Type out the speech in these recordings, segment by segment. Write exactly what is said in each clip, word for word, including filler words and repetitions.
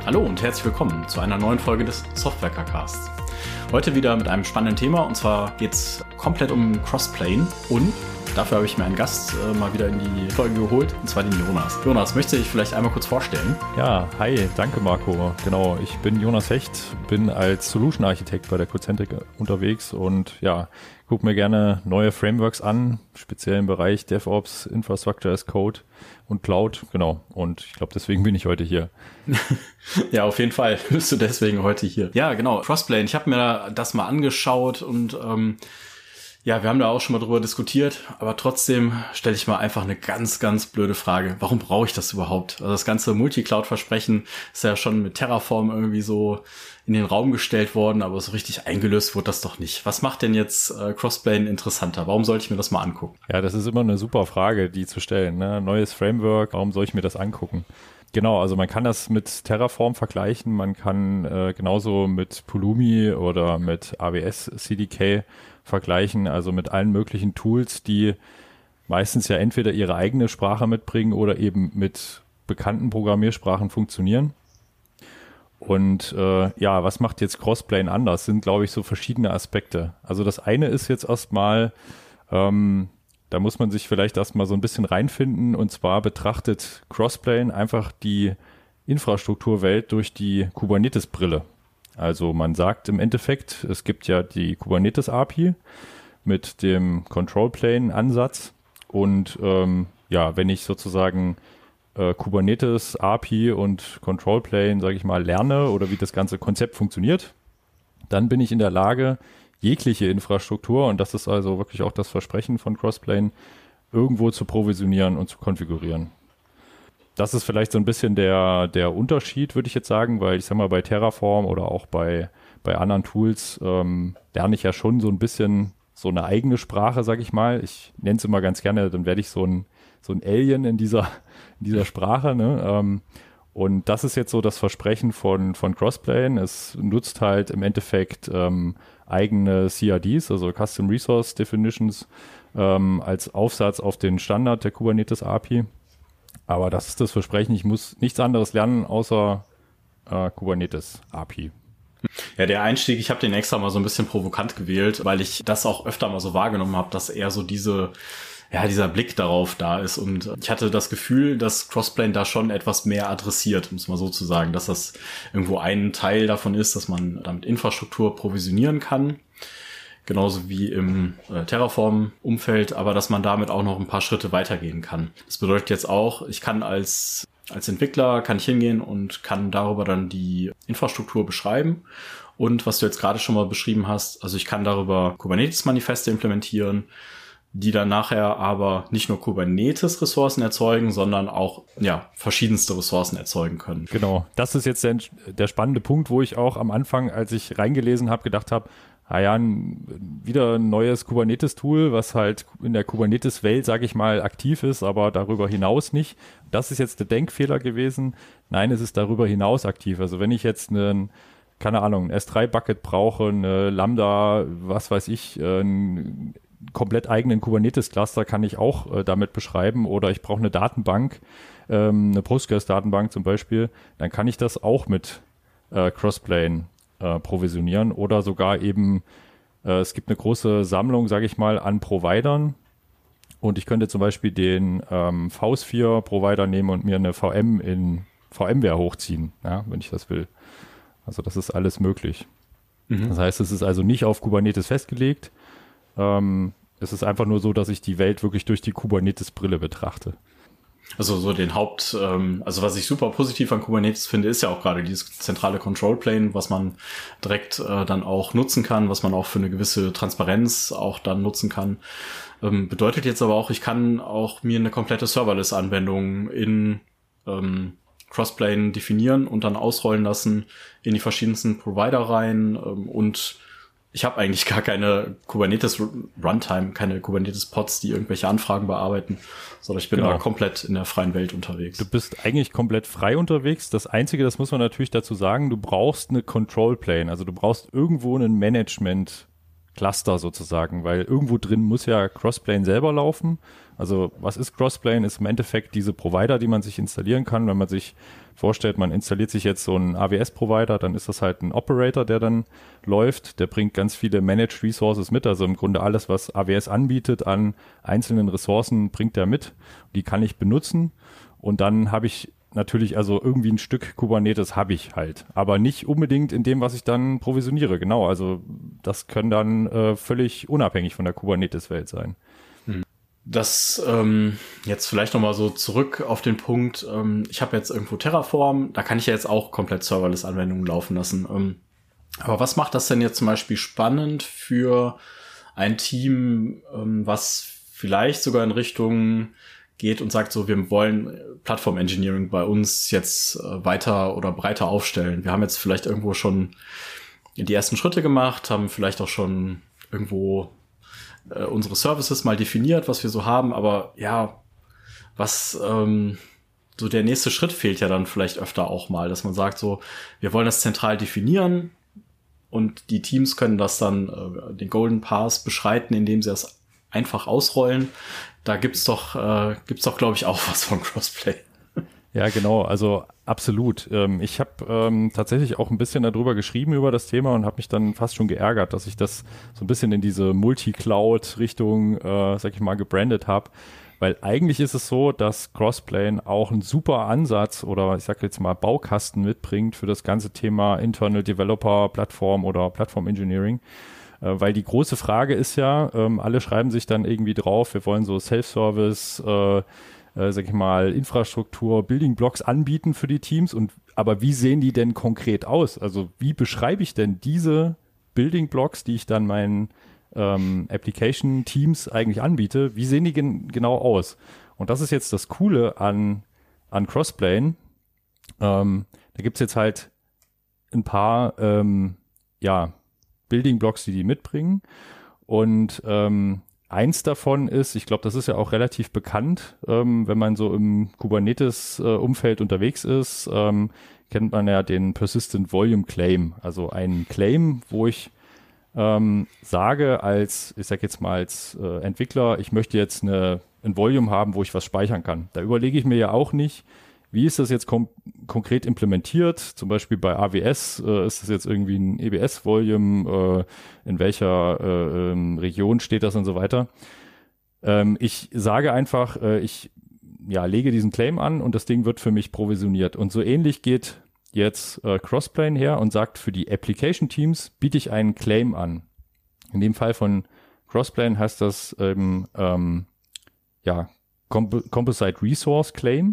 Hallo und herzlich willkommen zu einer neuen Folge des Software-Casts. Heute wieder mit einem spannenden Thema, und zwar geht es komplett um Crossplane, und dafür habe ich mir einen Gast äh, mal wieder in die Folge geholt, und zwar den Jonas. Jonas, möchtest du dich vielleicht einmal kurz vorstellen? Ja, hi, danke Marco. Genau, ich bin Jonas Hecht, bin als Solution Architect bei der Codecentric unterwegs und ja, gucke mir gerne neue Frameworks an, speziell im Bereich DevOps, Infrastructure as Code und Cloud, genau. Und ich glaube, deswegen bin ich heute hier. Ja, auf jeden Fall bist du deswegen heute hier. Ja, genau, Crossplane. Ich habe mir das mal angeschaut und ähm, ja, wir haben da auch schon mal drüber diskutiert, aber trotzdem stelle ich mal einfach eine ganz, ganz blöde Frage. Warum brauche ich das überhaupt? Also das ganze Multi-Cloud-Versprechen ist ja schon mit Terraform irgendwie so in den Raum gestellt worden, aber so richtig eingelöst wurde das doch nicht. Was macht denn jetzt äh, Crossplane interessanter? Warum sollte ich mir das mal angucken? Ja, das ist immer eine super Frage, die zu stellen, ne? Neues Framework, warum soll ich mir das angucken? Genau, also man kann das mit Terraform vergleichen, man kann äh, genauso mit Pulumi oder mit A W S C D K vergleichen, also mit allen möglichen Tools, die meistens ja entweder ihre eigene Sprache mitbringen oder eben mit bekannten Programmiersprachen funktionieren. Und äh, ja, was macht jetzt Crossplane anders? Sind, glaube ich, so verschiedene Aspekte. Also das eine ist jetzt erstmal, ähm, da muss man sich vielleicht erstmal so ein bisschen reinfinden, und zwar betrachtet Crossplane einfach die Infrastrukturwelt durch die Kubernetes-Brille. Also man sagt im Endeffekt, es gibt ja die Kubernetes-A P I mit dem Control-Plane-Ansatz, und ähm, ja, wenn ich sozusagen äh, Kubernetes-A P I und Control-Plane, sage ich mal, lerne oder wie das ganze Konzept funktioniert, dann bin ich in der Lage, jegliche Infrastruktur, und das ist also wirklich auch das Versprechen von Crossplane, irgendwo zu provisionieren und zu konfigurieren. Das ist vielleicht so ein bisschen der, der Unterschied, würde ich jetzt sagen, weil ich sag mal, bei Terraform oder auch bei, bei anderen Tools ähm, lerne ich ja schon so ein bisschen so eine eigene Sprache, sag ich mal. Ich nenne es immer ganz gerne, dann werde ich so ein, so ein Alien in dieser, in dieser Sprache, ne? Ähm, und das ist jetzt so das Versprechen von, von Crossplane. Es nutzt halt im Endeffekt ähm, eigene C R Ds, also Custom Resource Definitions, ähm, als Aufsatz auf den Standard der Kubernetes A P I. Aber das ist das Versprechen, ich muss nichts anderes lernen, außer äh, Kubernetes A P I. Ja, der Einstieg, ich habe den extra mal so ein bisschen provokant gewählt, weil ich das auch öfter mal so wahrgenommen habe, dass eher so diese, ja, dieser Blick darauf da ist. Und ich hatte das Gefühl, dass Crossplane da schon etwas mehr adressiert, muss man so zu sagen, dass das irgendwo ein Teil davon ist, dass man damit Infrastruktur provisionieren kann. Genauso wie im äh, Terraform-Umfeld, aber dass man damit auch noch ein paar Schritte weitergehen kann. Das bedeutet jetzt auch, ich kann als als Entwickler, kann ich hingehen und kann darüber dann die Infrastruktur beschreiben. Und was du jetzt gerade schon mal beschrieben hast, also ich kann darüber Kubernetes-Manifeste implementieren, die dann nachher aber nicht nur Kubernetes-Ressourcen erzeugen, sondern auch ja verschiedenste Ressourcen erzeugen können. Genau, das ist jetzt der, der spannende Punkt, wo ich auch am Anfang, als ich reingelesen habe, gedacht habe, ah ja, wieder ein neues Kubernetes-Tool, was halt in der Kubernetes-Welt, sage ich mal, aktiv ist, aber darüber hinaus nicht. Das ist jetzt der Denkfehler gewesen. Nein, es ist darüber hinaus aktiv. Also wenn ich jetzt einen, keine Ahnung, ein S drei Bucket brauche, eine Lambda, was weiß ich, einen komplett eigenen Kubernetes-Cluster kann ich auch äh, damit beschreiben, oder ich brauche eine Datenbank, ähm, eine Postgres-Datenbank zum Beispiel, dann kann ich das auch mit äh, Crossplane Äh, provisionieren, oder sogar eben, äh, es gibt eine große Sammlung, sage ich mal, an Providern, und ich könnte zum Beispiel den ähm, vSphere-Provider nehmen und mir eine V M in VMware hochziehen, ja, wenn ich das will. Also das ist alles möglich. Mhm. Das heißt, es ist also nicht auf Kubernetes festgelegt. Ähm, es ist einfach nur so, dass ich die Welt wirklich durch die Kubernetes-Brille betrachte. Also so den Haupt, ähm, also was ich super positiv an Kubernetes finde, ist ja auch gerade dieses zentrale Control Plane, was man direkt äh, dann auch nutzen kann, was man auch für eine gewisse Transparenz auch dann nutzen kann. Ähm, bedeutet jetzt aber auch, ich kann auch mir eine komplette Serverless-Anwendung in ähm, Crossplane definieren und dann ausrollen lassen in die verschiedensten Provider rein, ähm, und ich habe eigentlich gar keine Kubernetes-Runtime, keine Kubernetes-Pods, die irgendwelche Anfragen bearbeiten, sondern ich bin genau. da komplett in der freien Welt unterwegs. Du bist eigentlich komplett frei unterwegs. Das Einzige, das muss man natürlich dazu sagen, du brauchst eine Control Plane, also du brauchst irgendwo einen Management Cluster sozusagen, weil irgendwo drin muss ja Crossplane selber laufen. Also was ist Crossplane? Ist im Endeffekt diese Provider, die man sich installieren kann. Wenn man sich vorstellt, man installiert sich jetzt so einen A W S-Provider, dann ist das halt ein Operator, der dann läuft. Der bringt ganz viele Managed Resources mit. Also im Grunde alles, was A W S anbietet an einzelnen Ressourcen, bringt er mit. Die kann ich benutzen. Und dann habe ich natürlich, also irgendwie ein Stück Kubernetes habe ich halt, aber nicht unbedingt in dem, was ich dann provisioniere. Genau, also das können dann äh, völlig unabhängig von der Kubernetes-Welt sein. Das ähm, jetzt vielleicht nochmal so zurück auf den Punkt, ähm, ich habe jetzt irgendwo Terraform, da kann ich ja jetzt auch komplett Serverless-Anwendungen laufen lassen. Ähm, aber was macht das denn jetzt zum Beispiel spannend für ein Team, ähm, was vielleicht sogar in Richtung geht und sagt so, wir wollen Plattform-Engineering bei uns jetzt äh, weiter oder breiter aufstellen. Wir haben jetzt vielleicht irgendwo schon die ersten Schritte gemacht, haben vielleicht auch schon irgendwo äh, unsere Services mal definiert, was wir so haben, aber ja, was ähm, so der nächste Schritt fehlt ja dann vielleicht öfter auch mal, dass man sagt so, wir wollen das zentral definieren und die Teams können das dann äh, den Golden Path beschreiten, indem sie das einfach ausrollen. Da gibt's doch, äh, gibt's doch, glaube ich, auch was von Crossplay. Ja, genau. Also absolut. Ähm, ich habe ähm, tatsächlich auch ein bisschen darüber geschrieben über das Thema und habe mich dann fast schon geärgert, dass ich das so ein bisschen in diese Multi-Cloud-Richtung, äh, sag ich mal, gebrandet habe. Weil eigentlich ist es so, dass Crossplane auch ein super Ansatz oder ich sage jetzt mal Baukasten mitbringt für das ganze Thema Internal Developer Plattform oder Platform Engineering. Weil die große Frage ist ja, ähm, alle schreiben sich dann irgendwie drauf, wir wollen so Self-Service, äh, äh, sag ich mal, Infrastruktur, Building Blocks anbieten für die Teams. Und aber wie sehen die denn konkret aus? Also wie beschreibe ich denn diese Building Blocks, die ich dann meinen ähm, Application-Teams eigentlich anbiete? Wie sehen die gen- genau aus? Und das ist jetzt das Coole an, an Crossplane. Ähm, da gibt's jetzt halt ein paar, ähm, ja, Building Blocks, die die mitbringen. Und ähm, eins davon ist, ich glaube, das ist ja auch relativ bekannt, ähm, wenn man so im Kubernetes-Umfeld äh, unterwegs ist, ähm, kennt man ja den Persistent Volume Claim. Also einen Claim, wo ich ähm, sage als, ich sag jetzt mal als äh, Entwickler, ich möchte jetzt eine, ein Volume haben, wo ich was speichern kann. Da überlege ich mir ja auch nicht, wie ist das jetzt kom- konkret implementiert? Zum Beispiel bei A W S äh, ist das jetzt irgendwie ein E B S-Volume, äh, in welcher äh, ähm, Region steht das und so weiter. Ähm, ich sage einfach, äh, ich ja, lege diesen Claim an und das Ding wird für mich provisioniert. Und so ähnlich geht jetzt äh, Crossplane her und sagt, für die Application-Teams biete ich einen Claim an. In dem Fall von Crossplane heißt das ähm, ähm, ja, Comp- Composite Resource Claim.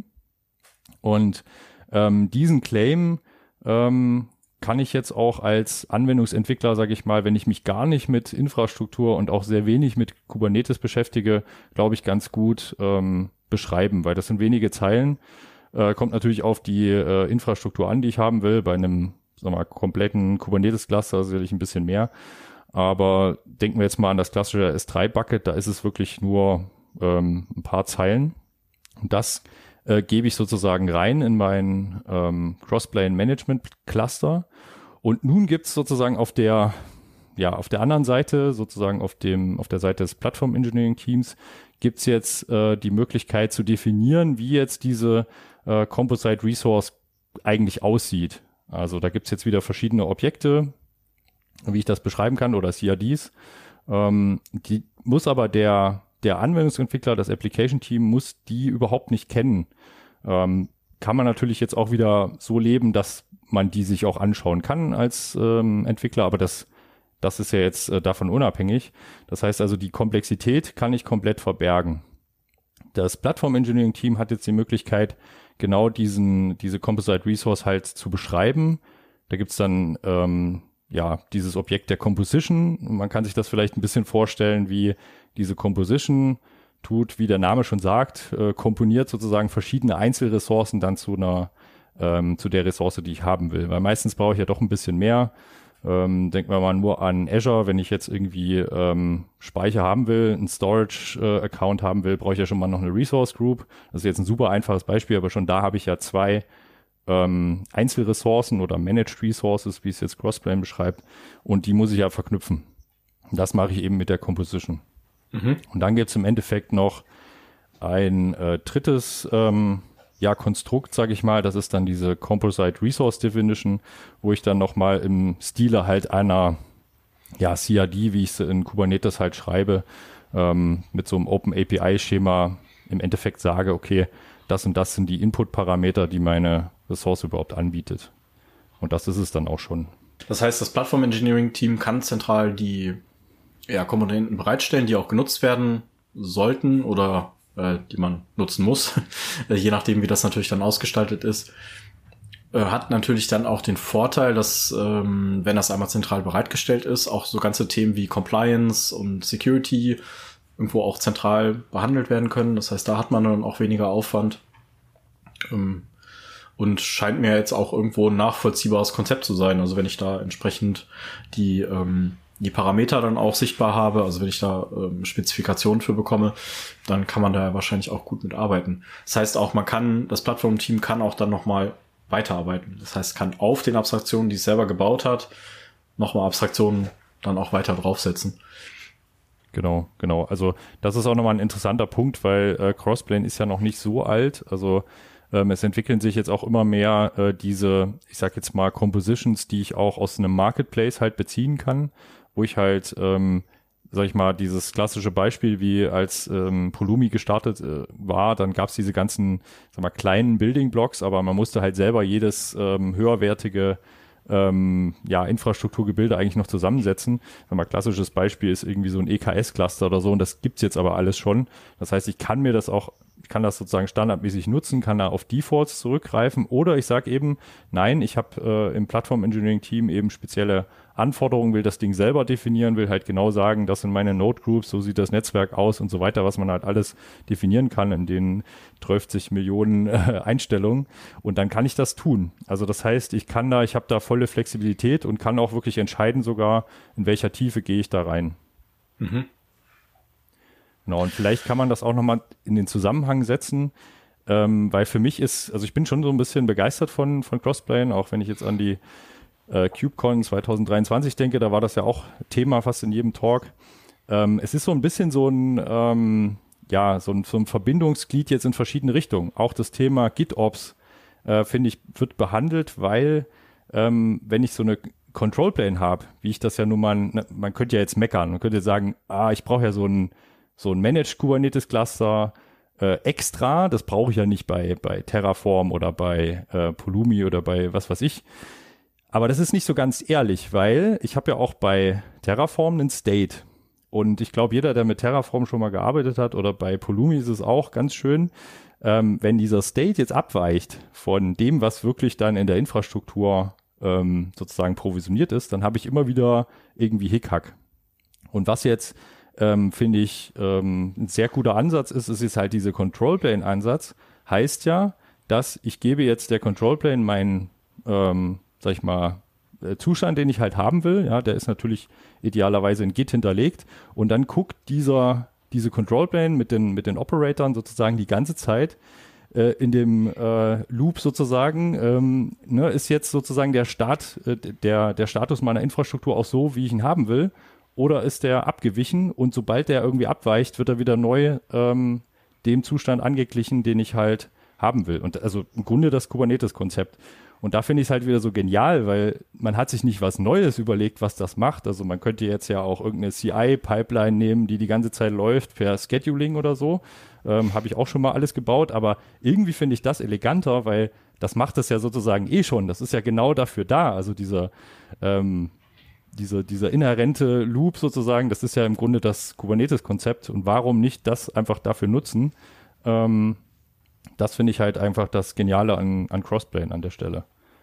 Und ähm, diesen Claim ähm, kann ich jetzt auch als Anwendungsentwickler, sage ich mal, wenn ich mich gar nicht mit Infrastruktur und auch sehr wenig mit Kubernetes beschäftige, glaube ich, ganz gut ähm, beschreiben, weil das sind wenige Zeilen. Äh, kommt natürlich auf die äh, Infrastruktur an, die ich haben will. Bei einem, sagen wir mal, kompletten Kubernetes-Cluster sicherlich ein bisschen mehr. Aber denken wir jetzt mal an das klassische S drei Bucket, da ist es wirklich nur ähm, ein paar Zeilen. Und das Äh, gebe ich sozusagen rein in mein ähm, Crossplane Management Cluster. Und nun gibt es sozusagen auf der, ja, auf der anderen Seite, sozusagen auf dem, auf der Seite des Platform Engineering Teams, gibt es jetzt äh, die Möglichkeit zu definieren, wie jetzt diese äh, Composite Resource eigentlich aussieht. Also da gibt es jetzt wieder verschiedene Objekte, wie ich das beschreiben kann, oder C R Ds. Ähm, die muss aber der Der Anwendungsentwickler, das Application-Team muss die überhaupt nicht kennen. Ähm, kann man natürlich jetzt auch wieder so leben, dass man die sich auch anschauen kann als ähm, Entwickler, aber das, das ist ja jetzt äh, davon unabhängig. Das heißt also, die Komplexität kann ich komplett verbergen. Das Plattform-Engineering-Team hat jetzt die Möglichkeit, genau diesen, diese Composite Resource halt zu beschreiben. Da gibt's dann ähm, ja dieses Objekt der Composition. Man kann sich das vielleicht ein bisschen vorstellen, wie diese Composition tut, wie der Name schon sagt, äh, komponiert sozusagen verschiedene Einzelressourcen dann zu einer, ähm, zu der Ressource, die ich haben will. Weil meistens brauche ich ja doch ein bisschen mehr. Ähm, denken wir mal nur an Azure, wenn ich jetzt irgendwie ähm, Speicher haben will, einen Storage-Account äh, haben will, brauche ich ja schon mal noch eine Resource Group. Das ist jetzt ein super einfaches Beispiel, aber schon da habe ich ja zwei ähm, Einzelressourcen oder Managed Resources, wie es jetzt Crossplane beschreibt, und die muss ich ja verknüpfen. Das mache ich eben mit der Composition. Mhm. Und dann gibt es im Endeffekt noch ein äh, drittes ähm, ja, Konstrukt, sage ich mal. Das ist dann diese Composite Resource Definition, wo ich dann nochmal im Stile halt einer ja, C R D, wie ich es in Kubernetes halt schreibe, ähm, mit so einem Open A P I-Schema im Endeffekt sage, okay, das und das sind die Input-Parameter, die meine Ressource überhaupt anbietet. Und das ist es dann auch schon. Das heißt, das Plattform-Engineering-Team kann zentral die ja, Komponenten bereitstellen, die auch genutzt werden sollten oder äh, die man nutzen muss, je nachdem, wie das natürlich dann ausgestaltet ist. Äh, hat natürlich dann auch den Vorteil, dass, ähm, wenn das einmal zentral bereitgestellt ist, auch so ganze Themen wie Compliance und Security irgendwo auch zentral behandelt werden können. Das heißt, da hat man dann auch weniger Aufwand. Ähm, und scheint mir jetzt auch irgendwo ein nachvollziehbares Konzept zu sein. Also wenn ich da entsprechend die ähm, die Parameter dann auch sichtbar habe, also wenn ich da ähm, Spezifikationen für bekomme, dann kann man da wahrscheinlich auch gut mitarbeiten. Das heißt auch, man kann, das Plattformteam kann auch dann nochmal weiterarbeiten. Das heißt, kann auf den Abstraktionen, die es selber gebaut hat, nochmal Abstraktionen dann auch weiter draufsetzen. Genau, genau. Also das ist auch nochmal ein interessanter Punkt, weil äh, Crossplane ist ja noch nicht so alt. Also ähm, es entwickeln sich jetzt auch immer mehr äh, diese, ich sag jetzt mal, Compositions, die ich auch aus einem Marketplace halt beziehen kann, wo ich halt, ähm, sag ich mal, dieses klassische Beispiel, wie als ähm, Pulumi gestartet äh, war, dann gab es diese ganzen, sag mal, kleinen Building Blocks, aber man musste halt selber jedes ähm, höherwertige ähm, ja, Infrastrukturgebilde eigentlich noch zusammensetzen. Wenn mal klassisches Beispiel ist irgendwie so ein E K S-Cluster oder so, und das gibt's jetzt aber alles schon. Das heißt, ich kann mir das auch, ich kann das sozusagen standardmäßig nutzen, kann da auf Defaults zurückgreifen, oder ich sage eben, nein, ich habe äh, im Plattform-Engineering-Team eben spezielle Anforderungen, will das Ding selber definieren, will halt genau sagen, das sind meine Node-Groups, so sieht das Netzwerk aus und so weiter, was man halt alles definieren kann in den zwölf Millionen äh, Einstellungen, und dann kann ich das tun. Also das heißt, ich kann da, ich habe da volle Flexibilität und kann auch wirklich entscheiden sogar, in welcher Tiefe gehe ich da rein. Mhm. Genau, und vielleicht kann man das auch nochmal in den Zusammenhang setzen, ähm, weil für mich ist, also ich bin schon so ein bisschen begeistert von, von Crossplane, auch wenn ich jetzt an die äh, KubeCon zwanzig dreiundzwanzig denke, da war das ja auch Thema fast in jedem Talk. Ähm, es ist so ein bisschen so ein, ähm, ja, so ein, so ein Verbindungsglied jetzt in verschiedene Richtungen. Auch das Thema GitOps, äh, finde ich, wird behandelt, weil ähm, wenn ich so eine Control Plane habe, wie ich das ja nun mal, ne, man könnte ja jetzt meckern, man könnte sagen, ah, ich brauche ja so ein so ein Managed Kubernetes Cluster äh, extra, das brauche ich ja nicht bei bei Terraform oder bei äh, Pulumi oder bei was weiß ich. Aber das ist nicht so ganz ehrlich, weil ich habe ja auch bei Terraform einen State. Und ich glaube, jeder, der mit Terraform schon mal gearbeitet hat, oder bei Pulumi ist es auch ganz schön, ähm, wenn dieser State jetzt abweicht von dem, was wirklich dann in der Infrastruktur ähm, sozusagen provisioniert ist, dann habe ich immer wieder irgendwie Hickhack. Und was jetzt Ähm, finde ich, ähm, ein sehr guter Ansatz ist, es ist halt diese Control Plane Ansatz, heißt ja, dass ich gebe jetzt der Control Plane meinen, ähm, sag ich mal, äh, Zustand, den ich halt haben will, ja, der ist natürlich idealerweise in Git hinterlegt, und dann guckt dieser, diese Control Plane mit den, mit den Operatoren sozusagen die ganze Zeit äh, in dem äh, Loop sozusagen, ähm, ne, ist jetzt sozusagen der Start, äh, der, der Status meiner Infrastruktur auch so, wie ich ihn haben will. Oder ist der abgewichen, und sobald der irgendwie abweicht, wird er wieder neu ähm, dem Zustand angeglichen, den ich halt haben will. Und also im Grunde das Kubernetes-Konzept. Und da finde ich es halt wieder so genial, weil man hat sich nicht was Neues überlegt, was das macht. Also man könnte jetzt ja auch irgendeine C I-Pipeline nehmen, die die ganze Zeit läuft per Scheduling oder so. Ähm, habe ich auch schon mal alles gebaut. Aber irgendwie finde ich das eleganter, weil das macht es ja sozusagen eh schon. Das ist ja genau dafür da. Also dieser ähm, Diese, dieser inhärente Loop sozusagen, das ist ja im Grunde das Kubernetes-Konzept, und warum nicht das einfach dafür nutzen? Ähm, das finde ich halt einfach das Geniale an, an Crossplane an der Stelle.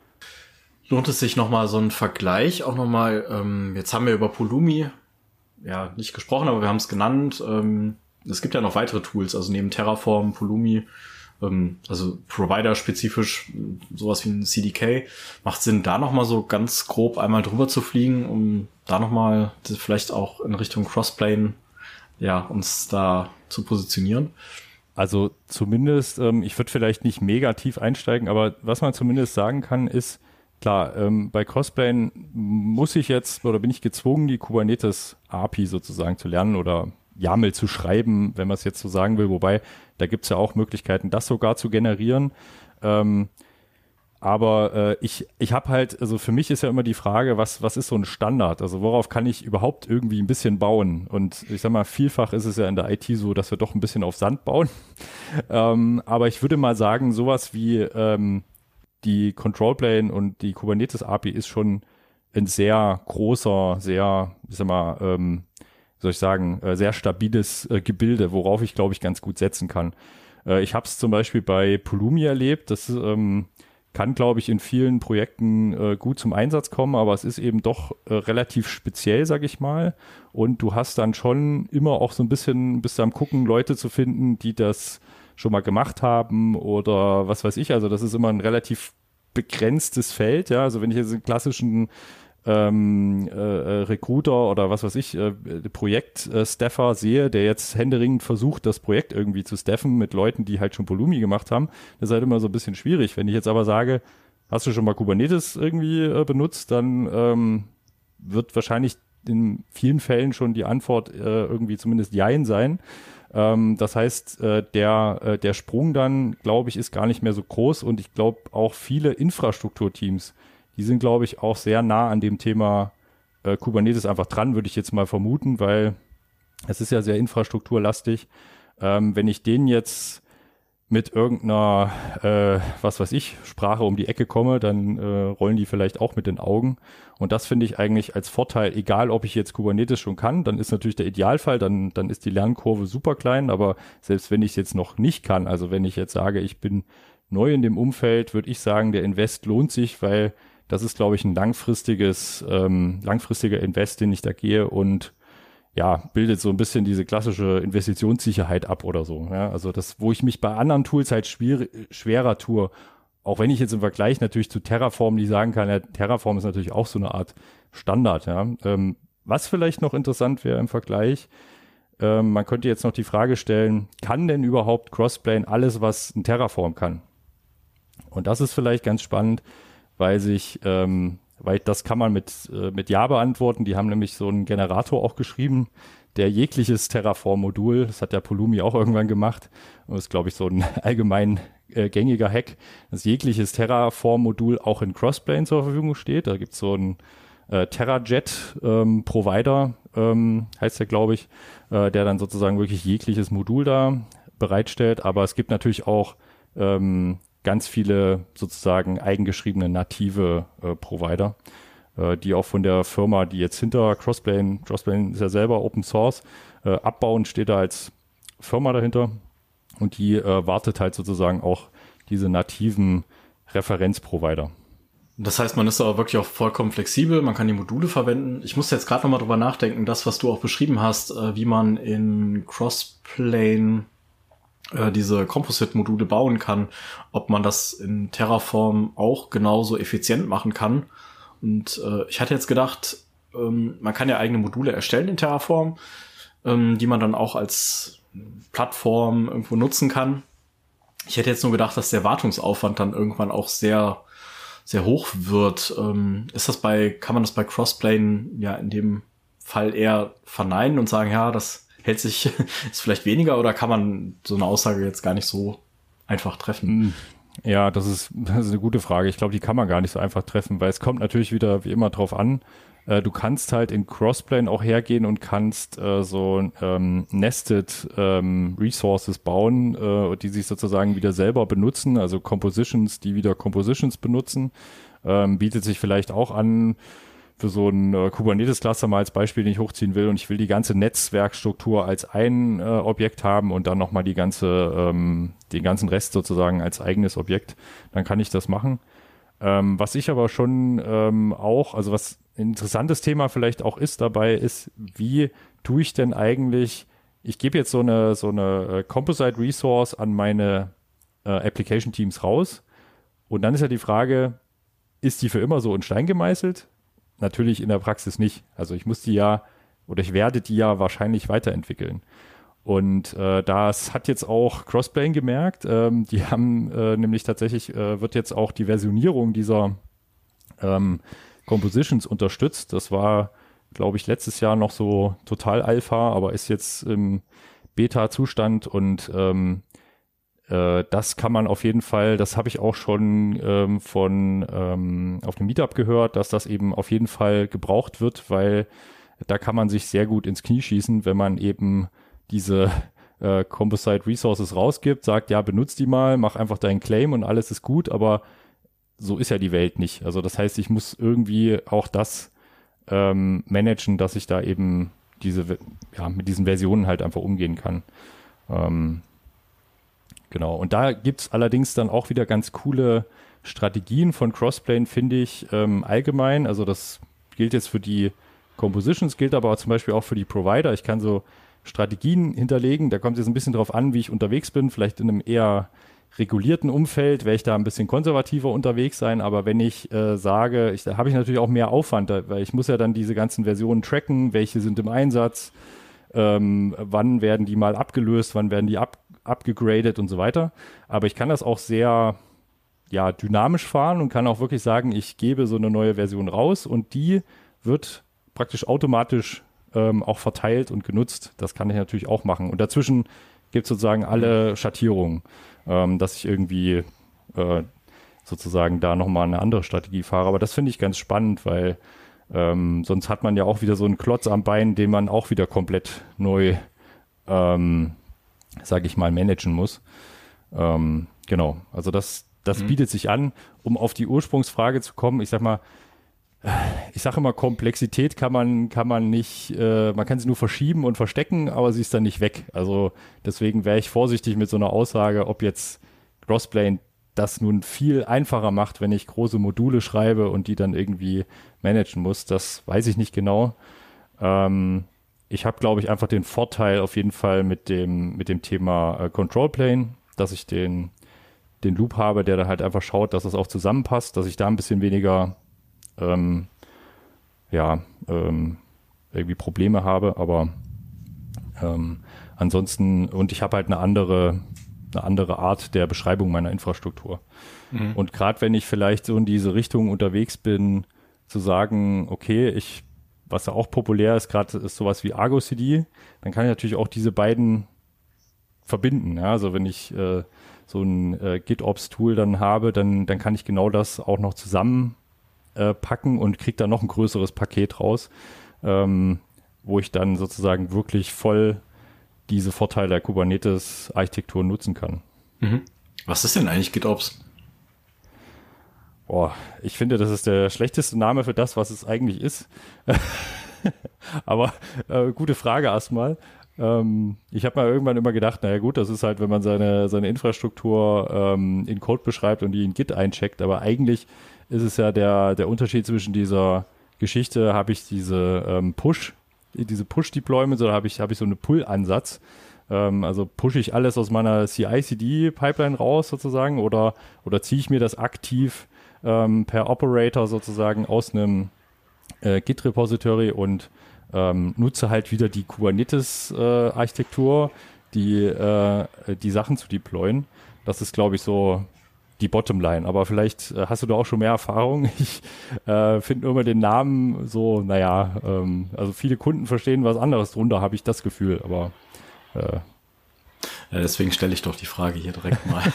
Lohnt es sich nochmal so einen Vergleich, auch nochmal, ähm, jetzt haben wir über Pulumi ja nicht gesprochen, aber wir haben es genannt. Ähm, es gibt ja noch weitere Tools, also neben Terraform, Pulumi, also Provider-spezifisch, sowas wie ein C D K. Macht Sinn, da nochmal so ganz grob einmal drüber zu fliegen, um da nochmal vielleicht auch in Richtung Crossplane, ja, uns da zu positionieren? Also zumindest, ähm, ich würde vielleicht nicht mega tief einsteigen, aber was man zumindest sagen kann, ist, klar, ähm, bei Crossplane muss ich jetzt oder bin ich gezwungen, die Kubernetes-A P I sozusagen zu lernen oder YAML zu schreiben, wenn man es jetzt so sagen will. Wobei, da gibt es ja auch Möglichkeiten, das sogar zu generieren. Ähm, aber äh, ich, ich habe halt, also für mich ist ja immer die Frage, was, was ist so ein Standard? Also worauf kann ich überhaupt irgendwie ein bisschen bauen? Und ich sag mal, vielfach ist es ja in der I T so, dass wir doch ein bisschen auf Sand bauen. ähm, aber ich würde mal sagen, sowas wie ähm, die Control Plane und die Kubernetes A P I ist schon ein sehr großer, sehr, ich sag mal, ähm, wie soll ich sagen, äh, sehr stabiles äh, Gebilde, worauf ich, glaube ich, ganz gut setzen kann. Äh, ich habe es zum Beispiel bei Pulumi erlebt, das ähm, kann, glaube ich, in vielen Projekten äh, gut zum Einsatz kommen, aber es ist eben doch äh, relativ speziell, sag ich mal. Und du hast dann schon immer auch so ein bisschen, bist du am Gucken, Leute zu finden, die das schon mal gemacht haben oder was weiß ich. Also das ist immer ein relativ begrenztes Feld. Ja, also wenn ich jetzt einen klassischen ähm, äh, Recruiter oder was weiß ich, äh, Projekt-Staffer sehe, der jetzt händeringend versucht, das Projekt irgendwie zu staffen mit Leuten, die halt schon Pulumi gemacht haben, das ist halt immer so ein bisschen schwierig. Wenn ich jetzt aber sage, hast du schon mal Kubernetes irgendwie äh, benutzt, dann ähm, wird wahrscheinlich in vielen Fällen schon die Antwort äh, irgendwie zumindest Jein sein. Ähm, das heißt, äh, der, äh, der Sprung dann, glaube ich, ist gar nicht mehr so groß und ich glaube auch viele Infrastrukturteams, die sind, glaube ich, auch sehr nah an dem Thema äh, Kubernetes einfach dran, würde ich jetzt mal vermuten, weil es ist ja sehr infrastrukturlastig. Ähm, wenn ich denen jetzt mit irgendeiner, äh, was weiß ich, Sprache um die Ecke komme, dann äh, rollen die vielleicht auch mit den Augen. Und das finde ich eigentlich als Vorteil, egal ob ich jetzt Kubernetes schon kann, dann ist natürlich der Idealfall, dann, dann ist die Lernkurve super klein, aber selbst wenn ich es jetzt noch nicht kann, also wenn ich jetzt sage, ich bin neu in dem Umfeld, würde ich sagen, der Invest lohnt sich, weil das ist, glaube ich, ein langfristiges, ähm, langfristiger Invest, den ich da gehe und ja, bildet so ein bisschen diese klassische Investitionssicherheit ab oder so. Ja, also das, wo ich mich bei anderen Tools halt schwer, schwerer tue, auch wenn ich jetzt im Vergleich natürlich zu Terraform nicht sagen kann, ja, Terraform ist natürlich auch so eine Art Standard. Ja, ähm, was vielleicht noch interessant wäre im Vergleich, ähm, man könnte jetzt noch die Frage stellen, kann denn überhaupt Crossplane alles, was ein Terraform kann? Und das ist vielleicht ganz spannend, weil sich, ähm, weil das kann man mit, äh, mit Ja beantworten. Die haben nämlich so einen Generator auch geschrieben, der jegliches Terraform-Modul, das hat der Pulumi auch irgendwann gemacht, und das ist, glaube ich, so ein allgemein äh, gängiger Hack, dass jegliches Terraform-Modul auch in Crossplane zur Verfügung steht. Da gibt es so einen äh, TerraJet-Provider, ähm, ähm, heißt der, glaube ich, äh, der dann sozusagen wirklich jegliches Modul da bereitstellt. Aber es gibt natürlich auch ähm, ganz viele sozusagen eigengeschriebene native äh, Provider, äh, die auch von der Firma, die jetzt hinter Crossplane, Crossplane ist ja selber Open Source, äh, abbauen, steht da als Firma dahinter und die äh, wartet halt sozusagen auch diese nativen Referenzprovider. Das heißt, man ist aber wirklich auch vollkommen flexibel, man kann die Module verwenden. Ich muss jetzt gerade nochmal drüber nachdenken, das, was du auch beschrieben hast, äh, wie man in Crossplane diese Composite-Module bauen kann, ob man das in Terraform auch genauso effizient machen kann. Und äh, ich hatte jetzt gedacht, ähm, man kann ja eigene Module erstellen in Terraform, ähm, die man dann auch als Plattform irgendwo nutzen kann. Ich hätte jetzt nur gedacht, dass der Wartungsaufwand dann irgendwann auch sehr, sehr hoch wird. Ähm, ist das bei, kann man das bei Crossplane ja in dem Fall eher verneinen und sagen, ja, das hält sich, ist vielleicht weniger, oder kann man so eine Aussage jetzt gar nicht so einfach treffen? Ja, das ist, das ist eine gute Frage. Ich glaube, die kann man gar nicht so einfach treffen, weil es kommt natürlich wieder wie immer drauf an. Äh, du kannst halt in Crossplane auch hergehen und kannst äh, so ähm, Nested ähm, Resources bauen, äh, die sich sozusagen wieder selber benutzen, also Compositions, die wieder Compositions benutzen. Ähm, bietet sich vielleicht auch an, für so ein äh, Kubernetes-Cluster mal als Beispiel, den ich hochziehen will und ich will die ganze Netzwerkstruktur als ein äh, Objekt haben und dann nochmal die ganze, ähm, den ganzen Rest sozusagen als eigenes Objekt, dann kann ich das machen. Ähm, was ich aber schon ähm, auch, also was ein interessantes Thema vielleicht auch ist dabei, ist, wie tue ich denn eigentlich, ich gebe jetzt so eine, so eine äh, Composite Resource an meine äh, Application Teams raus und dann ist ja die Frage, ist die für immer so in Stein gemeißelt? Natürlich in der Praxis nicht. Also ich muss die ja, oder ich werde die ja wahrscheinlich weiterentwickeln. Und äh, das hat jetzt auch Crossplane gemerkt. Ähm, die haben äh, nämlich tatsächlich, äh, wird jetzt auch die Versionierung dieser ähm, Compositions unterstützt. Das war, glaube ich, letztes Jahr noch so total Alpha, aber ist jetzt im Beta-Zustand und ähm, äh, das kann man auf jeden Fall, das habe ich auch schon ähm, von ähm, auf dem Meetup gehört, dass das eben auf jeden Fall gebraucht wird, weil da kann man sich sehr gut ins Knie schießen, wenn man eben diese äh, Composite Resources rausgibt, sagt, ja, benutzt die mal, mach einfach deinen Claim und alles ist gut, aber so ist ja die Welt nicht. Also das heißt, ich muss irgendwie auch das ähm, managen, dass ich da eben diese, ja, mit diesen Versionen halt einfach umgehen kann. Ähm, genau. Und da gibt's allerdings dann auch wieder ganz coole Strategien von Crossplane, finde ich, ähm, allgemein. Also das gilt jetzt für die Compositions, gilt aber auch zum Beispiel auch für die Provider. Ich kann so Strategien hinterlegen. Da kommt es jetzt ein bisschen drauf an, wie ich unterwegs bin. Vielleicht in einem eher regulierten Umfeld werde ich da ein bisschen konservativer unterwegs sein, aber wenn ich äh, sage, ich, da habe ich natürlich auch mehr Aufwand, da, weil ich muss ja dann diese ganzen Versionen tracken, welche sind im Einsatz, ähm, wann werden die mal abgelöst, wann werden die ab, abgegradet und so weiter. Aber ich kann das auch sehr ja, dynamisch fahren und kann auch wirklich sagen, ich gebe so eine neue Version raus und die wird praktisch automatisch ähm, auch verteilt und genutzt. Das kann ich natürlich auch machen. Und dazwischen gibt es sozusagen alle Schattierungen, ähm, dass ich irgendwie äh, sozusagen da nochmal eine andere Strategie fahre. Aber das finde ich ganz spannend, weil ähm, sonst hat man ja auch wieder so einen Klotz am Bein, den man auch wieder komplett neu, ähm, sage ich mal, managen muss. Ähm, genau, also das, das mhm. bietet sich an. Um auf die Ursprungsfrage zu kommen, ich sag mal, ich sage immer, Komplexität kann man, kann man nicht, äh, man kann sie nur verschieben und verstecken, aber sie ist dann nicht weg. Also deswegen wäre ich vorsichtig mit so einer Aussage, ob jetzt Crossplane das nun viel einfacher macht, wenn ich große Module schreibe und die dann irgendwie managen muss. Das weiß ich nicht genau. Ähm, ich habe, glaube ich, einfach den Vorteil auf jeden Fall mit dem, mit dem Thema äh, Control Plane, dass ich den, den Loop habe, der da halt einfach schaut, dass das auch zusammenpasst, dass ich da ein bisschen weniger Ähm, ja, ähm, irgendwie Probleme habe, aber ähm, ansonsten, und ich habe halt eine andere, eine andere Art der Beschreibung meiner Infrastruktur. Mhm. Und gerade wenn ich vielleicht so in diese Richtung unterwegs bin, zu sagen, okay, ich, was ja auch populär ist, gerade ist sowas wie Argo C D, dann kann ich natürlich auch diese beiden verbinden. Ja? Also wenn ich äh, so ein äh, GitOps-Tool dann habe, dann, dann kann ich genau das auch noch zusammen packen und kriege dann noch ein größeres Paket raus, ähm, wo ich dann sozusagen wirklich voll diese Vorteile der Kubernetes-Architektur nutzen kann. Mhm. Was ist denn eigentlich GitOps? Boah, ich finde, das ist der schlechteste Name für das, was es eigentlich ist. Aber äh, gute Frage erstmal. Ähm, ich habe mal irgendwann immer gedacht, naja gut, das ist halt, wenn man seine, seine Infrastruktur ähm, in Code beschreibt und die in Git eincheckt, aber eigentlich ist es ja der, der Unterschied zwischen dieser Geschichte, habe ich diese ähm, Push, diese Push-Deployments oder habe ich, habe ich so einen Pull-Ansatz. Ähm, also pushe ich alles aus meiner C I C D-Pipeline raus sozusagen oder, oder ziehe ich mir das aktiv ähm, per Operator sozusagen aus einem äh, Git-Repository und ähm, nutze halt wieder die Kubernetes-Architektur, äh, die, äh, die Sachen zu deployen. Das ist, glaube ich, so die Bottomline, aber vielleicht äh, hast du da auch schon mehr Erfahrung. Ich äh, finde immer den Namen so, naja, ähm, also viele Kunden verstehen was anderes drunter, habe ich das Gefühl, aber äh. ja, deswegen stelle ich doch die Frage hier direkt mal.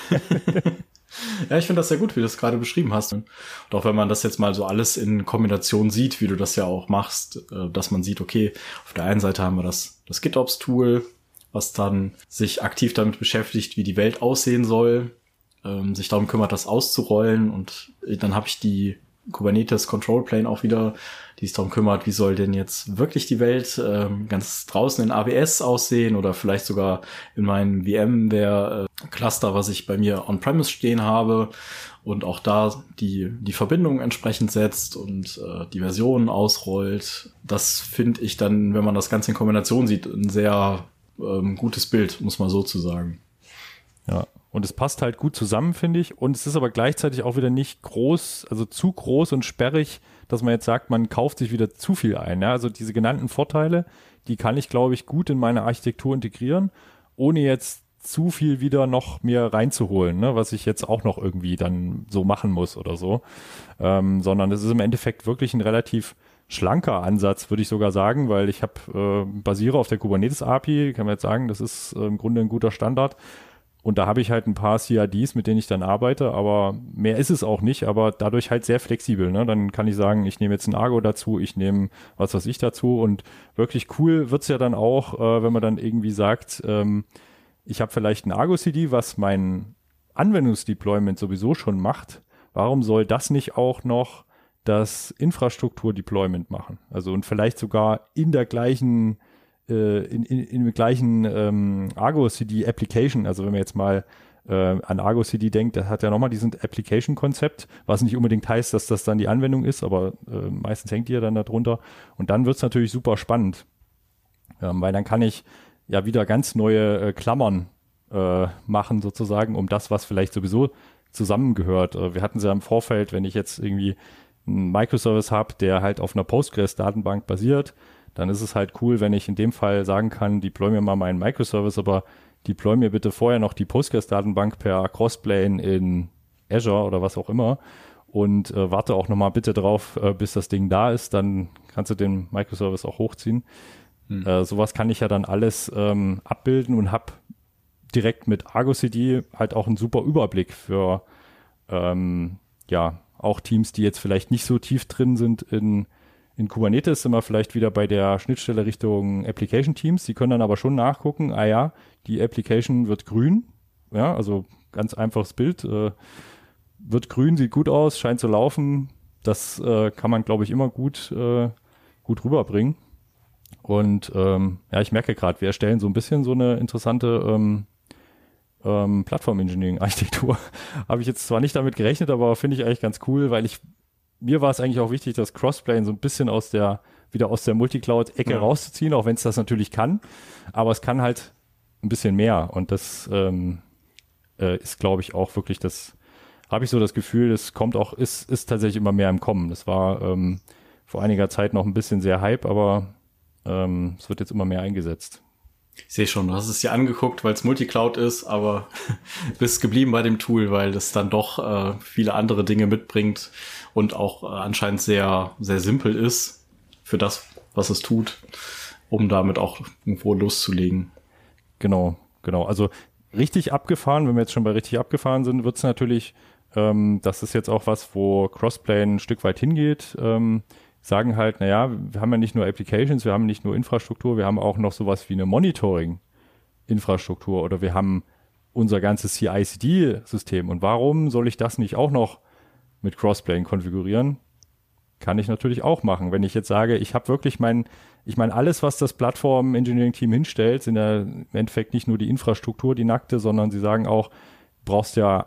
Ja, ich finde das sehr gut, wie du das gerade beschrieben hast. Und auch wenn man das jetzt mal so alles in Kombination sieht, wie du das ja auch machst, äh, dass man sieht, okay, auf der einen Seite haben wir das, das GitOps-Tool, was dann sich aktiv damit beschäftigt, wie die Welt aussehen soll, sich darum kümmert, das auszurollen, und dann habe ich die Kubernetes Control Plane auch wieder, die sich darum kümmert, wie soll denn jetzt wirklich die Welt ähm, ganz draußen in A W S aussehen oder vielleicht sogar in meinem VMware Cluster, was ich bei mir on-premise stehen habe, und auch da die die Verbindung entsprechend setzt und äh, die Versionen ausrollt. Das finde ich dann, wenn man das Ganze in Kombination sieht, ein sehr ähm, gutes Bild, muss man so zu sagen. Ja. Und es passt halt gut zusammen, finde ich. Und es ist aber gleichzeitig auch wieder nicht groß, also zu groß und sperrig, dass man jetzt sagt, man kauft sich wieder zu viel ein. Ja? Also diese genannten Vorteile, die kann ich, glaube ich, gut in meine Architektur integrieren, ohne jetzt zu viel wieder noch mir reinzuholen, ne, was ich jetzt auch noch irgendwie dann so machen muss oder so, ähm, sondern es ist im Endeffekt wirklich ein relativ schlanker Ansatz, würde ich sogar sagen, weil ich habe äh, basiere auf der Kubernetes A P I, kann man jetzt sagen, das ist äh, im Grunde ein guter Standard. Und da habe ich halt ein paar C I Ds, mit denen ich dann arbeite, aber mehr ist es auch nicht, aber dadurch halt sehr flexibel, ne? Dann kann ich sagen, ich nehme jetzt ein Argo dazu, ich nehme was weiß ich dazu und wirklich cool wird's ja dann auch, äh, wenn man dann irgendwie sagt, ähm, ich habe vielleicht ein Argo-C D, was mein Anwendungsdeployment sowieso schon macht. Warum soll das nicht auch noch das Infrastruktur-Deployment machen? Also und vielleicht sogar in der gleichen In, in, in dem gleichen ähm, Argo-C D-Application, also wenn man jetzt mal äh, an Argo-C D denkt, das hat ja nochmal diesen Application-Konzept, was nicht unbedingt heißt, dass das dann die Anwendung ist, aber äh, meistens hängt die ja dann da drunter. Und dann wird's natürlich super spannend, ähm, weil dann kann ich ja wieder ganz neue äh, Klammern äh, machen sozusagen, um das, was vielleicht sowieso zusammengehört. Äh, wir hatten es ja im Vorfeld, wenn ich jetzt irgendwie einen Microservice habe, der halt auf einer Postgres-Datenbank basiert, dann ist es halt cool, wenn ich in dem Fall sagen kann, deploy mir mal meinen Microservice, aber deploy mir bitte vorher noch die Postgres-Datenbank per Crossplane in Azure oder was auch immer und äh, warte auch nochmal bitte drauf, äh, bis das Ding da ist, dann kannst du den Microservice auch hochziehen. Hm. Äh, sowas kann ich ja dann alles ähm, abbilden und habe direkt mit Argo-C D halt auch einen super Überblick für ähm, ja auch Teams, die jetzt vielleicht nicht so tief drin sind in In Kubernetes sind wir vielleicht wieder bei der Schnittstelle Richtung Application Teams. Die können dann aber schon nachgucken, ah ja, die Application wird grün. Ja, also ganz einfaches Bild. Äh, wird grün, sieht gut aus, scheint zu laufen. Das äh, kann man, glaube ich, immer gut, äh, gut rüberbringen. Und ähm, ja, ich merke gerade, wir erstellen so ein bisschen so eine interessante ähm, ähm, Plattform-Engineering-Architektur. Habe ich jetzt zwar nicht damit gerechnet, aber finde ich eigentlich ganz cool, weil ich mir war es eigentlich auch wichtig, das Crossplane so ein bisschen aus der, wieder aus der Multicloud-Ecke ja. rauszuziehen, auch wenn es das natürlich kann. Aber es kann halt ein bisschen mehr. Und das ähm, äh, ist, glaube ich, auch wirklich das, habe ich so das Gefühl, das kommt auch, ist, ist tatsächlich immer mehr im Kommen. Das war ähm, vor einiger Zeit noch ein bisschen sehr Hype, aber ähm, es wird jetzt immer mehr eingesetzt. Ich sehe schon, du hast es dir angeguckt, weil es Multicloud ist, aber bist geblieben bei dem Tool, weil es dann doch äh, viele andere Dinge mitbringt und auch äh, anscheinend sehr, sehr simpel ist für das, was es tut, um damit auch irgendwo loszulegen. Genau, genau. Also richtig abgefahren, wenn wir jetzt schon bei richtig abgefahren sind, wird es natürlich, ähm, das ist jetzt auch was, wo Crossplane ein Stück weit hingeht, ähm, sagen halt, naja, wir haben ja nicht nur Applications, wir haben nicht nur Infrastruktur, wir haben auch noch sowas wie eine Monitoring-Infrastruktur oder wir haben unser ganzes C I C D-System. Und warum soll ich das nicht auch noch mit Crossplane konfigurieren? Kann ich natürlich auch machen. Wenn ich jetzt sage, ich habe wirklich mein, ich meine, alles, was das Plattform-Engineering-Team hinstellt, sind ja im Endeffekt nicht nur die Infrastruktur, die nackte, sondern sie sagen auch, du brauchst ja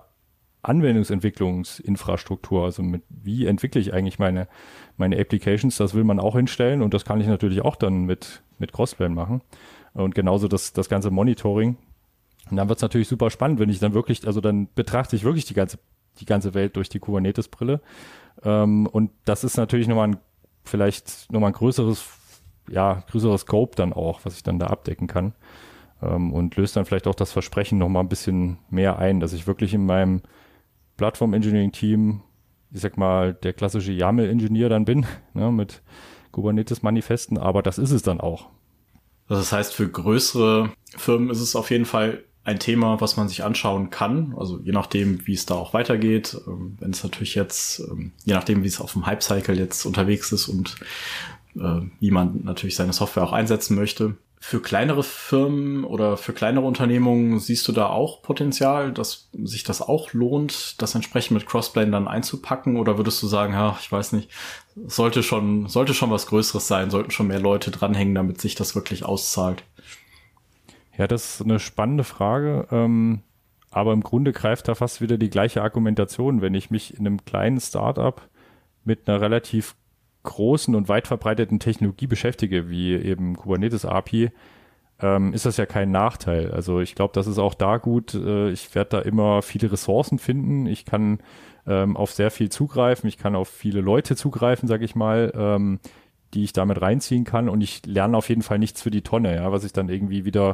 Anwendungsentwicklungsinfrastruktur, also mit wie entwickle ich eigentlich meine meine Applications, das will man auch hinstellen und das kann ich natürlich auch dann mit mit Crossplane machen und genauso das das ganze Monitoring. Und dann wird es natürlich super spannend, wenn ich dann wirklich, also dann betrachte ich wirklich die ganze die ganze Welt durch die Kubernetes-Brille ähm, und das ist natürlich nochmal ein, vielleicht nochmal ein größeres, ja, größeres Scope dann auch, was ich dann da abdecken kann ähm, und löst dann vielleicht auch das Versprechen nochmal ein bisschen mehr ein, dass ich wirklich in meinem Plattform-Engineering-Team, ich sag mal, der klassische YAML-Ingenieur dann bin, ne, mit Kubernetes-Manifesten, aber das ist es dann auch. Das heißt, für größere Firmen ist es auf jeden Fall ein Thema, was man sich anschauen kann, also je nachdem, wie es da auch weitergeht, wenn es natürlich jetzt, je nachdem, wie es auf dem Hype-Cycle jetzt unterwegs ist und äh, wie man natürlich seine Software auch einsetzen möchte. Für kleinere Firmen oder für kleinere Unternehmungen siehst du da auch Potenzial, dass sich das auch lohnt, das entsprechend mit Crossplane dann einzupacken? Oder würdest du sagen, ja, ich weiß nicht, sollte schon, sollte schon was Größeres sein, sollten schon mehr Leute dranhängen, damit sich das wirklich auszahlt? Ja, das ist eine spannende Frage. Ähm, aber im Grunde greift da fast wieder die gleiche Argumentation. Wenn ich mich in einem kleinen Startup mit einer relativ großen und weit verbreiteten Technologie beschäftige, wie eben Kubernetes A P I, ähm, ist das ja kein Nachteil. Also ich glaube, das ist auch da gut. Äh, ich werde da immer viele Ressourcen finden. Ich kann ähm, auf sehr viel zugreifen. Ich kann auf viele Leute zugreifen, sage ich mal, ähm, die ich damit reinziehen kann. Und ich lerne auf jeden Fall nichts für die Tonne, ja, was ich dann irgendwie wieder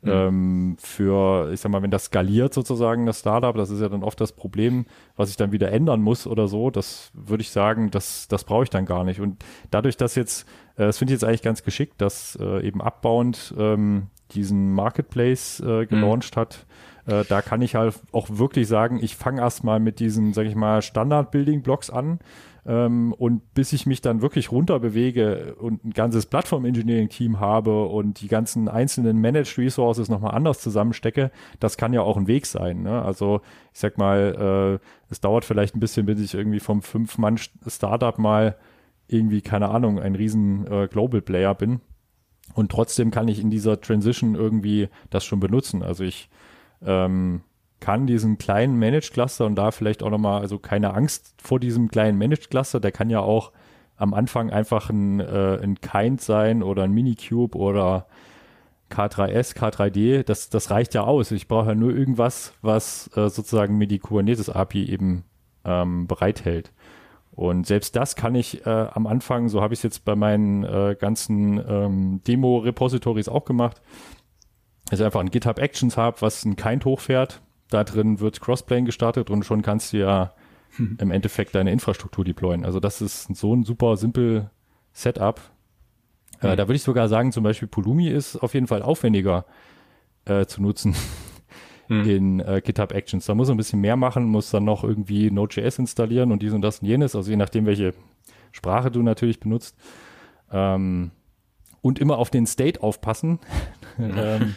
Mhm. Ähm, für, ich sag mal, wenn das skaliert sozusagen, das Startup, das ist ja dann oft das Problem, was ich dann wieder ändern muss oder so, das würde ich sagen, das, das brauche ich dann gar nicht. Und dadurch, dass jetzt, äh, das finde ich jetzt eigentlich ganz geschickt, dass äh, eben Upbound ähm, diesen Marketplace äh, gelauncht mhm. hat, äh, da kann ich halt auch wirklich sagen, ich fange erstmal mit diesen, sag ich mal, Standard-Building-Blocks an, Ähm, und bis ich mich dann wirklich runter bewege und ein ganzes Plattform-Engineering-Team habe und die ganzen einzelnen Managed Resources nochmal anders zusammenstecke, das kann ja auch ein Weg sein. Ne? Also ich sag mal, äh, es dauert vielleicht ein bisschen, bis ich irgendwie vom Fünf-Mann-Startup mal irgendwie, keine Ahnung, ein riesen äh, Global-Player bin. Und trotzdem kann ich in dieser Transition irgendwie das schon benutzen. Also ich ähm, kann diesen kleinen Managed Cluster und da vielleicht auch nochmal, also keine Angst vor diesem kleinen Managed Cluster, der kann ja auch am Anfang einfach ein, äh, ein Kind sein oder ein Minikube oder K drei S, K drei D, das, das reicht ja aus. Ich brauche ja nur irgendwas, was äh, sozusagen mir die Kubernetes-A P I eben ähm, bereithält. Und selbst das kann ich äh, am Anfang, so habe ich es jetzt bei meinen äh, ganzen ähm, Demo-Repositories auch gemacht, dass ich einfach ein GitHub Actions habe, was ein Kind hochfährt. Da drin wird Crossplane gestartet und schon kannst du ja hm. im Endeffekt deine Infrastruktur deployen. Also das ist so ein super simpel Setup. Hm. Äh, da würde ich sogar sagen, zum Beispiel Pulumi ist auf jeden Fall aufwendiger äh, zu nutzen hm. in äh, GitHub Actions. Da muss man ein bisschen mehr machen, muss dann noch irgendwie Node.js installieren und dies und das und jenes, also je nachdem, welche Sprache du natürlich benutzt. Ähm, und immer auf den State aufpassen. ähm,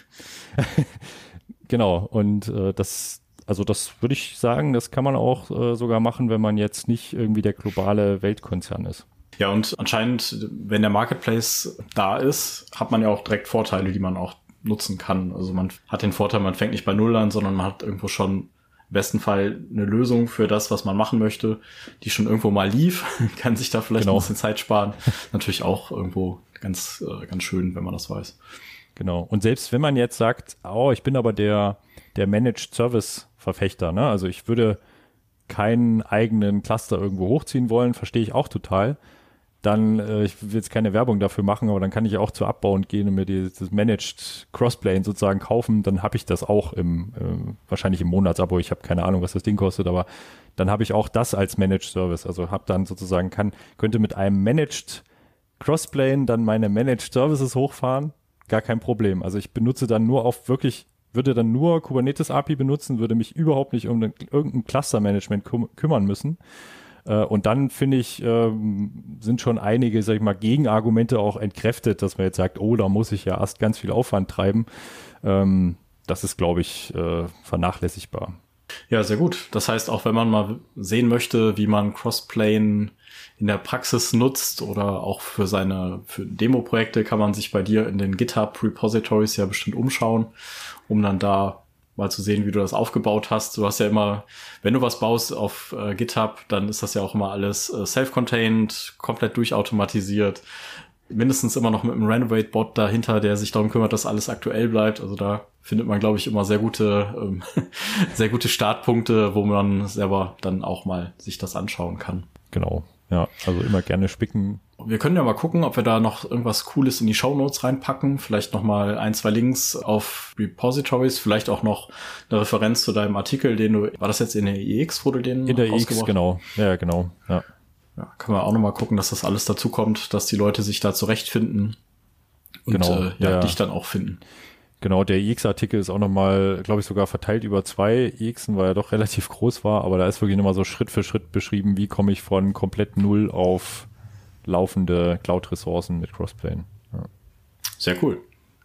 Genau, und äh, das, also das würde ich sagen, das kann man auch äh, sogar machen, wenn man jetzt nicht irgendwie der globale Weltkonzern ist. Ja, und anscheinend, wenn der Marketplace da ist, hat man ja auch direkt Vorteile, die man auch nutzen kann. Also man hat den Vorteil, man fängt nicht bei Null an, sondern man hat irgendwo schon im besten Fall eine Lösung für das, was man machen möchte, die schon irgendwo mal lief, kann sich da vielleicht genau. ein bisschen Zeit sparen. Natürlich auch irgendwo ganz, äh, ganz schön, wenn man das weiß. Genau. Und selbst wenn man jetzt sagt, oh, ich bin aber der, der Managed Service Verfechter, ne? Also ich würde keinen eigenen Cluster irgendwo hochziehen wollen, verstehe ich auch total. Dann, äh, ich will jetzt keine Werbung dafür machen, aber dann kann ich auch zu Upbound gehen und mir dieses Managed Crossplane sozusagen kaufen. Dann habe ich das auch im, äh, wahrscheinlich im Monatsabo. Ich habe keine Ahnung, was das Ding kostet, aber dann habe ich auch das als Managed Service. Also habe dann sozusagen, kann, könnte mit einem Managed Crossplane dann meine Managed Services hochfahren. Gar kein Problem. Also ich benutze dann nur auf wirklich, würde dann nur Kubernetes A P I benutzen, würde mich überhaupt nicht um irgendein Cluster-Management küm- kümmern müssen. Äh, und dann finde ich, äh, sind schon einige, sag ich mal, Gegenargumente auch entkräftet, dass man jetzt sagt, oh, da muss ich ja erst ganz viel Aufwand treiben. Ähm, das ist, glaube ich, äh, vernachlässigbar. Ja, sehr gut. Das heißt, auch wenn man mal sehen möchte, wie man Crossplane in der Praxis nutzt oder auch für seine für Demo-Projekte, kann man sich bei dir in den GitHub-Repositories ja bestimmt umschauen, um dann da mal zu sehen, wie du das aufgebaut hast. Du hast ja immer, wenn du was baust auf äh, GitHub, dann ist das ja auch immer alles äh, self-contained, komplett durchautomatisiert. Mindestens immer noch mit einem Renovate-Bot dahinter, der sich darum kümmert, dass alles aktuell bleibt. Also da findet man, glaube ich, immer sehr gute, ähm, sehr gute Startpunkte, wo man selber dann auch mal sich das anschauen kann. Genau. Ja, also immer gerne spicken. Wir können ja mal gucken, ob wir da noch irgendwas Cooles in die Shownotes reinpacken. Vielleicht noch mal ein, zwei Links auf Repositories. Vielleicht auch noch eine Referenz zu deinem Artikel, den du, war das jetzt in der E X, wo du den In der E X, genau. Ja, genau. Ja. Ja, können wir auch noch mal gucken, dass das alles dazu kommt, dass die Leute sich da zurechtfinden und genau, äh, ja, ja. dich dann auch finden. Genau, der E X-Artikel ist auch nochmal, glaube ich, sogar verteilt über zwei E Xen, weil er doch relativ groß war, aber da ist wirklich nochmal so Schritt für Schritt beschrieben, wie komme ich von komplett null auf laufende Cloud-Ressourcen mit Crossplane. Ja. Sehr cool.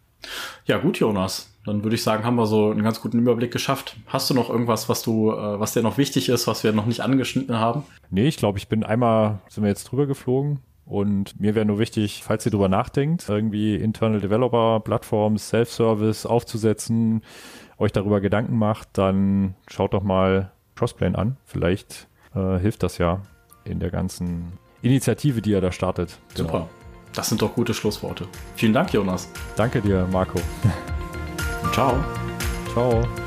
Ja, gut, Jonas. Dann würde ich sagen, haben wir so einen ganz guten Überblick geschafft. Hast du noch irgendwas, was du, äh, was dir noch wichtig ist, was wir noch nicht angeschnitten haben? Nee, ich glaube, ich bin einmal, sind wir jetzt drüber geflogen. Und mir wäre nur wichtig, falls ihr drüber nachdenkt, irgendwie Internal Developer Plattforms, Self-Service aufzusetzen, euch darüber Gedanken macht, dann schaut doch mal Crossplane an. Vielleicht äh, hilft das ja in der ganzen Initiative, die ihr da startet. Super. Genau. Das sind doch gute Schlussworte. Vielen Dank, Jonas. Danke dir, Marco. Ciao. Ciao.